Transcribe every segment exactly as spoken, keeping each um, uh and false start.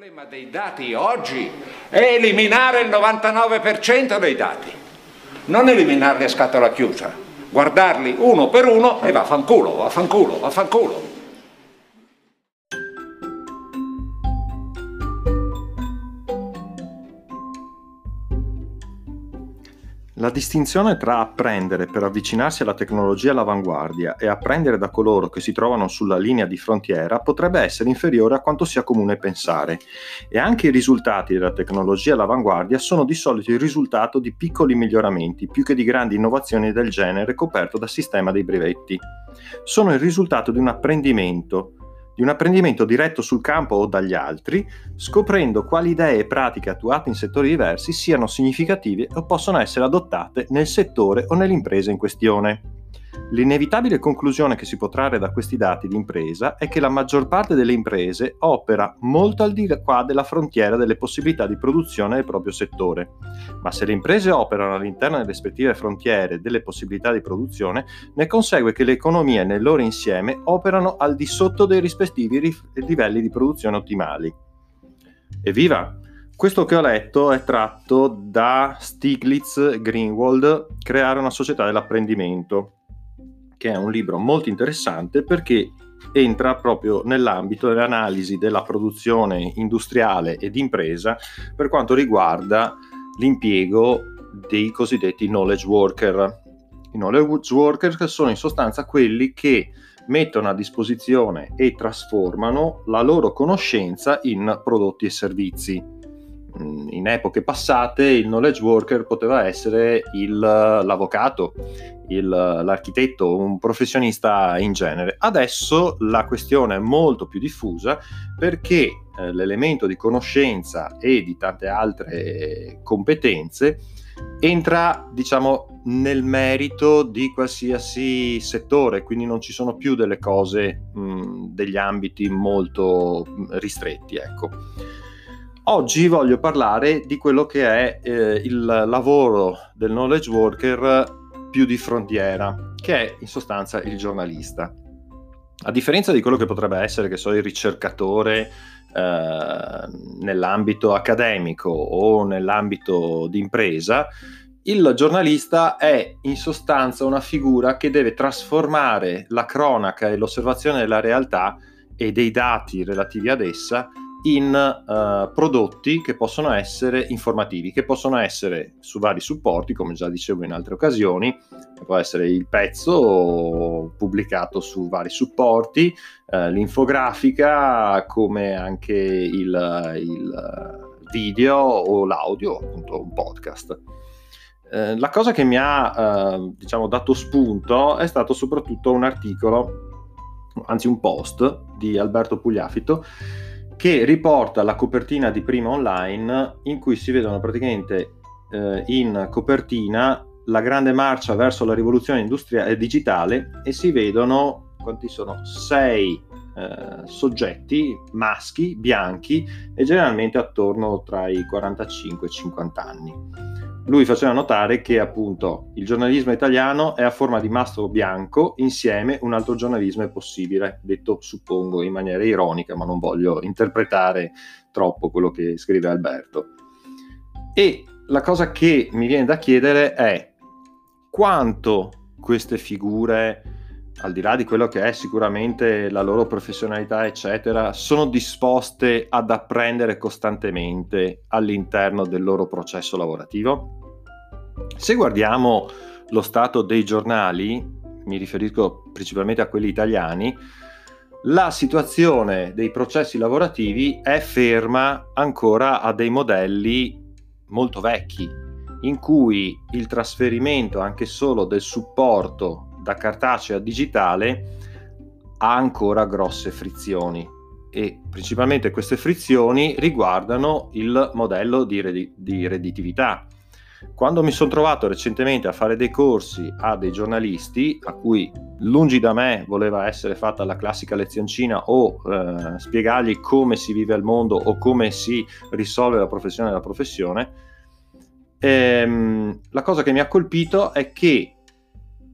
problema dei dati oggi è eliminare il novantanove per cento dei dati, non eliminarli a scatola chiusa, guardarli uno per uno e vaffanculo, vaffanculo, vaffanculo. La distinzione tra apprendere per avvicinarsi alla tecnologia all'avanguardia e apprendere da coloro che si trovano sulla linea di frontiera potrebbe essere inferiore a quanto sia comune pensare, e anche i risultati della tecnologia all'avanguardia sono di solito il risultato di piccoli miglioramenti più che di grandi innovazioni del genere coperto dal sistema dei brevetti. Sono il risultato di un apprendimento di un apprendimento diretto sul campo o dagli altri, scoprendo quali idee e pratiche attuate in settori diversi siano significative o possono essere adottate nel settore o nell'impresa in questione. L'inevitabile conclusione che si può trarre da questi dati di impresa è che la maggior parte delle imprese opera molto al di qua della frontiera delle possibilità di produzione del proprio settore. Ma se le imprese operano all'interno delle rispettive frontiere delle possibilità di produzione, ne consegue che le economie nel loro insieme operano al di sotto dei rispettivi rif- livelli di produzione ottimali. Evviva! Questo che ho letto è tratto da Stiglitz e Greenwald, Creare una società dell'apprendimento, che è un libro molto interessante perché entra proprio nell'ambito dell'analisi della produzione industriale ed impresa per quanto riguarda l'impiego dei cosiddetti knowledge worker. I knowledge worker sono in sostanza quelli che mettono a disposizione e trasformano la loro conoscenza in prodotti e servizi. In epoche passate il knowledge worker poteva essere il, l'avvocato, il, l'architetto, un professionista in genere. Adesso la questione è molto più diffusa perché eh, l'elemento di conoscenza e di tante altre competenze entra, diciamo, nel merito di qualsiasi settore, quindi non ci sono più delle cose, mh, degli ambiti molto ristretti, ecco. Oggi voglio parlare di quello che è eh, il lavoro del knowledge worker più di frontiera, che è in sostanza il giornalista. A differenza di quello che potrebbe essere, che so, il ricercatore eh, nell'ambito accademico o nell'ambito di impresa, il giornalista è in sostanza una figura che deve trasformare la cronaca e l'osservazione della realtà e dei dati relativi ad essa in uh, prodotti che possono essere informativi, che possono essere su vari supporti, come già dicevo in altre occasioni, può essere il pezzo pubblicato su vari supporti, uh, l'infografica, come anche il, il video o l'audio, appunto un podcast. Uh, la cosa che mi ha uh, diciamo dato spunto è stato soprattutto un articolo, anzi un post di Alberto Pugliafito, che riporta la copertina di Prima Online, in cui si vedono praticamente eh, in copertina la grande marcia verso la rivoluzione industriale e digitale, e si vedono quanti sono sei eh, soggetti maschi, bianchi, e generalmente attorno tra i quarantacinque e i cinquanta anni. Lui faceva notare che appunto il giornalismo italiano è a forma di mastro bianco, insieme un altro giornalismo è possibile, detto suppongo in maniera ironica, ma non voglio interpretare troppo quello che scrive Alberto. E la cosa che mi viene da chiedere è quanto queste figure, al di là di quello che è sicuramente la loro professionalità eccetera, sono disposte ad apprendere costantemente all'interno del loro processo lavorativo. Se guardiamo lo stato dei giornali, mi riferisco principalmente a quelli italiani, la situazione dei processi lavorativi è ferma ancora a dei modelli molto vecchi, in cui il trasferimento anche solo del supporto da cartaceo a digitale ha ancora grosse frizioni, e principalmente queste frizioni riguardano il modello di, red- di redditività. Quando mi sono trovato recentemente a fare dei corsi a dei giornalisti, a cui lungi da me voleva essere fatta la classica lezioncina o eh, spiegargli come si vive al mondo o come si risolve la professione della professione, ehm, la cosa che mi ha colpito è che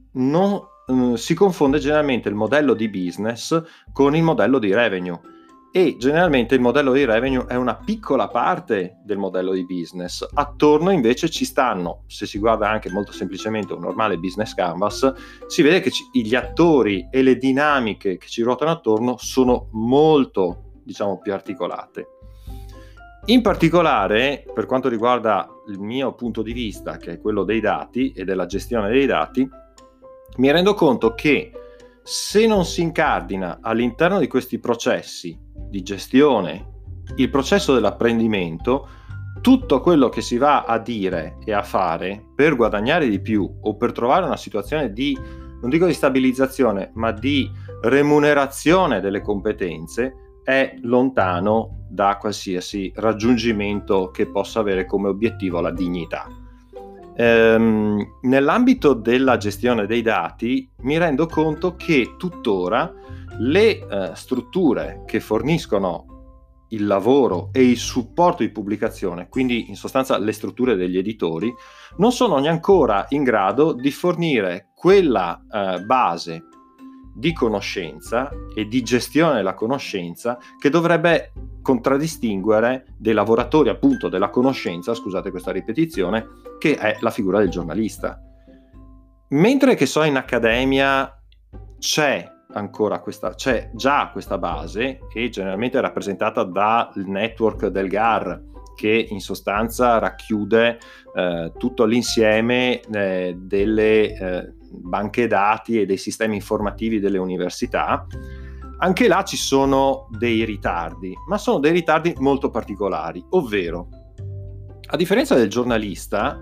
non eh, si confonde generalmente il modello di business con il modello di revenue. e generalmente il modello di revenue è una piccola parte del modello di business. Attorno invece ci stanno, se si guarda anche molto semplicemente un normale business canvas, si vede che ci, gli attori e le dinamiche che ci ruotano attorno sono molto, diciamo, più articolate. In particolare, per quanto riguarda il mio punto di vista, che è quello dei dati e della gestione dei dati, mi rendo conto che se non si incardina all'interno di questi processi di gestione il processo dell'apprendimento, tutto quello che si va a dire e a fare per guadagnare di più o per trovare una situazione di, non dico di stabilizzazione, ma di remunerazione delle competenze, è lontano da qualsiasi raggiungimento che possa avere come obiettivo la dignità. Ehm, nell'ambito della gestione dei dati mi rendo conto che tuttora le eh, strutture che forniscono il lavoro e il supporto di pubblicazione, quindi in sostanza le strutture degli editori, non sono ancora in grado di fornire quella eh, base di conoscenza e di gestione della conoscenza che dovrebbe contraddistinguere dei lavoratori appunto della conoscenza, scusate questa ripetizione, che è la figura del giornalista. Mentre che so in accademia c'è ancora questa, c'è già questa base e generalmente è rappresentata dal network del G A R, che in sostanza racchiude eh, tutto l'insieme eh, delle eh, banche dati e dei sistemi informativi delle università. Anche là ci sono dei ritardi, ma sono dei ritardi molto particolari, ovvero, a differenza del giornalista,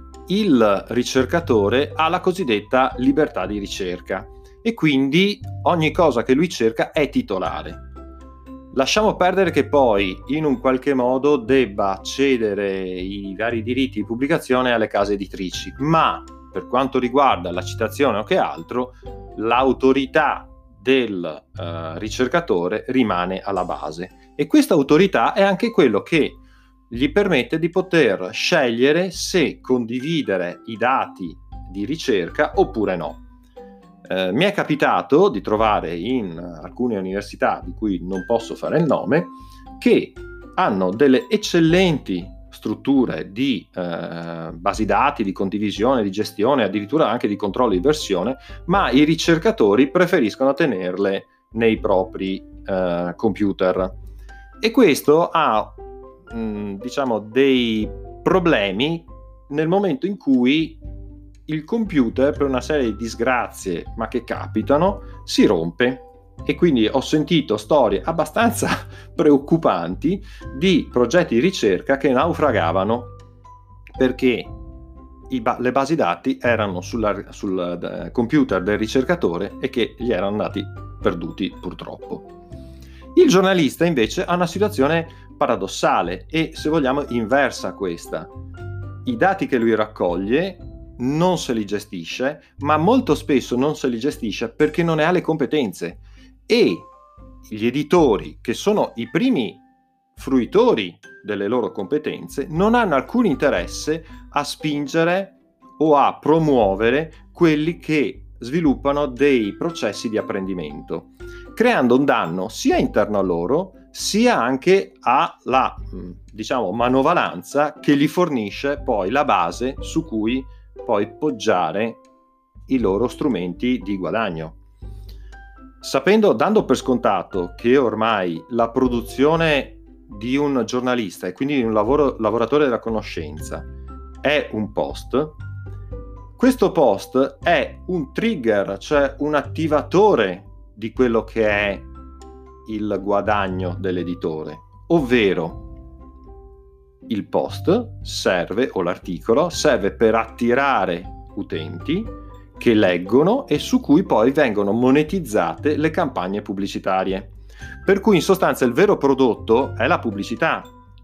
il ricercatore ha la cosiddetta libertà di ricerca e quindi ogni cosa che lui cerca è titolare. Lasciamo perdere che poi in un qualche modo debba cedere i vari diritti di pubblicazione alle case editrici, ma per quanto riguarda la citazione o che altro, l'autorità del uh, ricercatore rimane alla base e questa autorità è anche quello che gli permette di poter scegliere se condividere i dati di ricerca oppure no. Eh, mi è capitato di trovare in alcune università, di cui non posso fare il nome, che hanno delle eccellenti strutture di eh, basi dati, di condivisione, di gestione, addirittura anche di controllo di versione, ma i ricercatori preferiscono tenerle nei propri eh, computer. E questo ha, mh, diciamo, dei problemi nel momento in cui il computer, per una serie di disgrazie ma che capitano, si rompe. E quindi ho sentito storie abbastanza preoccupanti di progetti di ricerca che naufragavano perché i ba- le basi dati erano sulla, sul uh, computer del ricercatore e che gli erano andati perduti purtroppo. Il giornalista invece ha una situazione paradossale e, se vogliamo, inversa a questa. I dati che lui raccoglie non se li gestisce, ma molto spesso non se li gestisce perché non ne ha le competenze. E gli editori, che sono i primi fruitori delle loro competenze, non hanno alcun interesse a spingere o a promuovere quelli che sviluppano dei processi di apprendimento, creando un danno sia interno a loro, sia anche alla, diciamo, manovalanza che gli fornisce poi la base su cui poi poggiare i loro strumenti di guadagno. Sapendo, dando per scontato che ormai la produzione di un giornalista e quindi di un lavoro, lavoratore della conoscenza è un post, questo post è un trigger, cioè un attivatore di quello che è il guadagno dell'editore, ovvero il post serve, o l'articolo serve per attirare utenti che leggono e su cui poi vengono monetizzate le campagne pubblicitarie. Per cui in sostanza il vero prodotto è la pubblicità,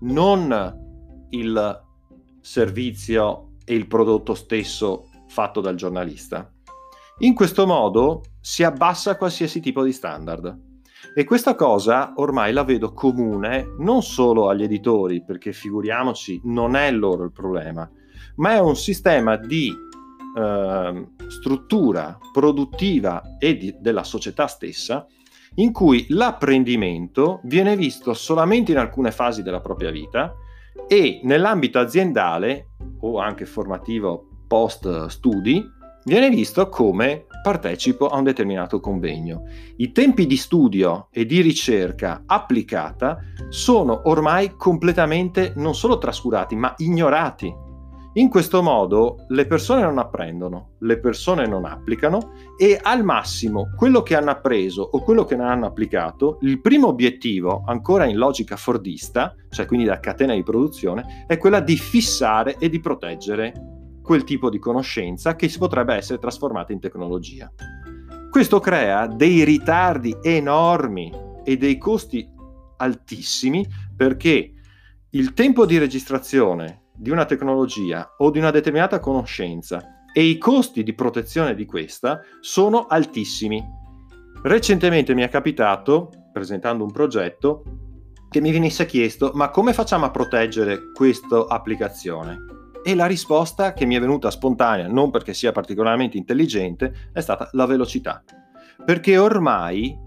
non il servizio e il prodotto stesso fatto dal giornalista. In questo modo si abbassa qualsiasi tipo di standard. E questa cosa ormai la vedo comune non solo agli editori, perché figuriamoci, non è loro il problema, ma è un sistema di eh, struttura produttiva e di, della società stessa in cui l'apprendimento viene visto solamente in alcune fasi della propria vita e nell'ambito aziendale o anche formativo post studi viene visto come partecipo a un determinato convegno. I tempi di studio e di ricerca applicata sono ormai completamente non solo trascurati, ma ignorati. In questo modo le persone non apprendono, le persone non applicano e al massimo quello che hanno appreso o quello che non hanno applicato, il primo obiettivo, ancora in logica fordista, cioè quindi da catena di produzione, è quella di fissare e di proteggere quel tipo di conoscenza che si potrebbe essere trasformata in tecnologia. Questo crea dei ritardi enormi e dei costi altissimi, perché il tempo di registrazione di una tecnologia o di una determinata conoscenza e i costi di protezione di questa sono altissimi. Recentemente mi è capitato, presentando un progetto, che mi venisse chiesto: ma come facciamo a proteggere questa applicazione? E la risposta che mi è venuta spontanea, non perché sia particolarmente intelligente, è stata la velocità. Perché ormai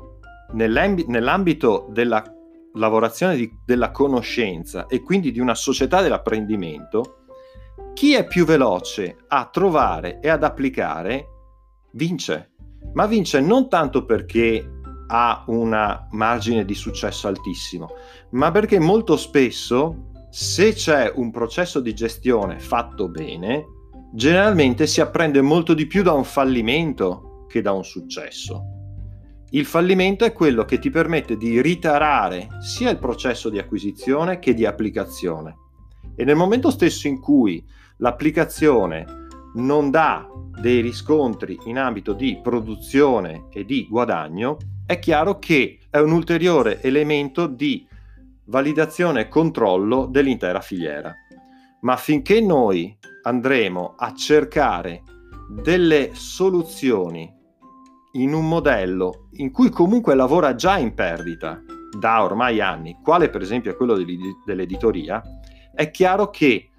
nell'ambito della lavorazione di, della conoscenza e quindi di una società dell'apprendimento, chi è più veloce a trovare e ad applicare vince. Ma vince non tanto perché ha un margine di successo altissimo, ma perché molto spesso, se c'è un processo di gestione fatto bene, generalmente si apprende molto di più da un fallimento che da un successo. Il fallimento è quello che ti permette di ritarare sia il processo di acquisizione che di applicazione. E nel momento stesso in cui l'applicazione non dà dei riscontri in ambito di produzione e di guadagno, è chiaro che è un ulteriore elemento di validazione e controllo dell'intera filiera. Ma finché noi andremo a cercare delle soluzioni in un modello in cui comunque lavora già in perdita da ormai anni, quale per esempio è quello dell'editoria, è chiaro che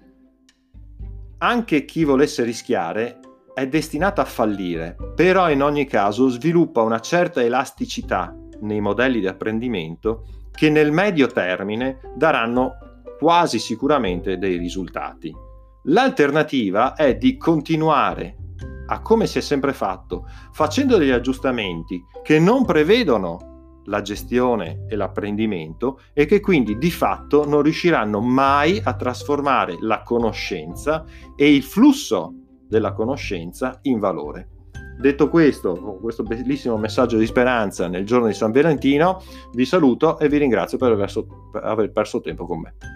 anche chi volesse rischiare è destinato a fallire, però in ogni caso sviluppa una certa elasticità nei modelli di apprendimento che nel medio termine daranno quasi sicuramente dei risultati. L'alternativa è di continuare a come si è sempre fatto, facendo degli aggiustamenti che non prevedono la gestione e l'apprendimento e che quindi di fatto non riusciranno mai a trasformare la conoscenza e il flusso della conoscenza in valore. Detto questo, con questo bellissimo messaggio di speranza nel giorno di San Valentino, vi saluto e vi ringrazio per aver, per aver perso tempo con me.